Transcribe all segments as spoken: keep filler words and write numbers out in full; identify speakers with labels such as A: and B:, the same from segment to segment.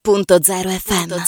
A: Punto zero F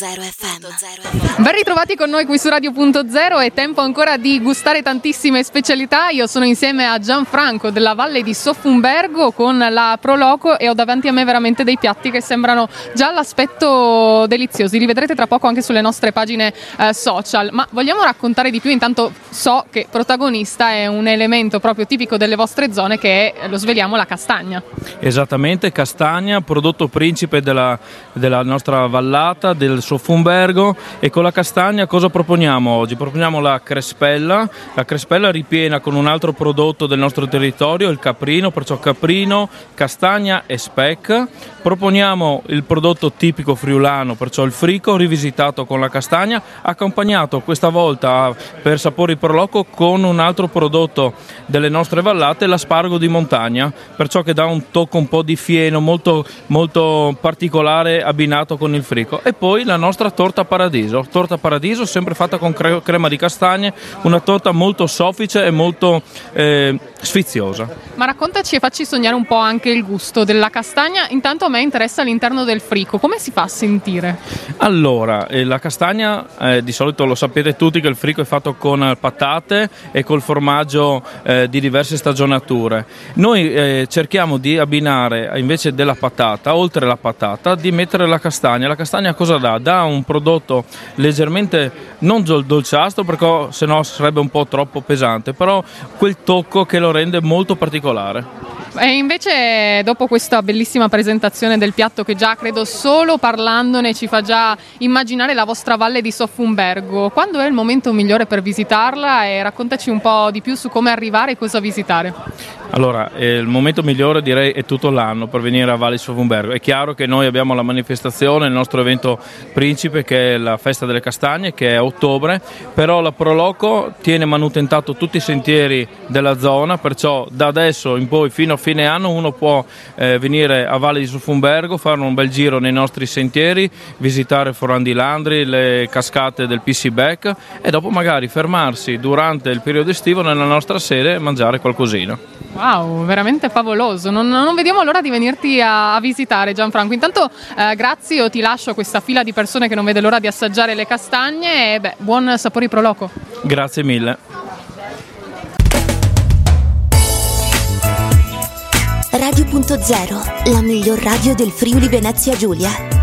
A: M.
B: Ben ritrovati con noi qui su Radio Punto Zero. È tempo ancora di gustare tantissime specialità. Io sono insieme a Gianfranco della Valle di Sofumbergo con la Proloco e ho davanti a me veramente dei piatti che sembrano già all'aspetto deliziosi. Li vedrete tra poco anche sulle nostre pagine eh, social. Ma vogliamo raccontare di più? Intanto so che protagonista è un elemento proprio tipico delle vostre zone, che è, lo sveliamo, la castagna.
C: Esattamente, castagna, prodotto principe della, della nostra vallata, del Sofumbergo. E con la castagna cosa proponiamo oggi? Proponiamo la crespella, la crespella ripiena con un altro prodotto del nostro territorio, il caprino, perciò caprino, castagna e speck. Proponiamo il prodotto tipico friulano, perciò il frico rivisitato con la castagna, accompagnato questa volta per Sapori Proloco con un altro prodotto delle nostre vallate, l'aspargo di montagna, perciò che dà un tocco un po' di fieno molto, molto particolare abbinato con il frico. E poi la nostra torta paradiso, torta paradiso sempre fatta con cre- crema di castagne, una torta molto soffice e molto eh, sfiziosa.
B: Ma raccontaci e facci sognare un po' anche il gusto della castagna. Intanto a me interessa all'interno del frico, come si fa a sentire?
C: Allora, eh, la castagna, eh, di solito lo sapete tutti che il frico è fatto con patate e col formaggio eh, di diverse stagionature. Noi eh, cerchiamo di abbinare invece della patata, oltre la patata, di mettere la castagna. La castagna cosa dà? Dà un prodotto leggermente, non dolciastro perché sennò sarebbe un po' troppo pesante, però quel tocco che lo rende molto particolare.
B: E invece, dopo questa bellissima presentazione del piatto, che già credo solo parlandone ci fa già immaginare la vostra Valle di Sofumbergo, quando è il momento migliore per visitarla? E raccontaci un po' di più su come arrivare e cosa visitare.
C: Allora, eh, il momento migliore direi è tutto l'anno per venire a Valle di Sofumbergo. È chiaro che noi abbiamo la manifestazione, il nostro evento principe, che è la Festa delle Castagne, che è a ottobre, però la Proloco tiene manutentato tutti i sentieri della zona, perciò da adesso in poi fino a fine anno uno può eh, venire a Valle di Sofumbergo, fare un bel giro nei nostri sentieri, visitare Foran di Landri, le cascate del P C Back e dopo magari fermarsi durante il periodo estivo nella nostra sede e mangiare qualcosina.
B: Wow, veramente favoloso, non, non vediamo l'ora di venirti a, a visitare, Gianfranco. Intanto eh, grazie, io ti lascio a questa fila di persone che non vede l'ora di assaggiare le castagne e beh, buon Sapori Proloco.
C: Grazie mille.
A: Radio Punto Zero, la miglior radio del Friuli Venezia Giulia.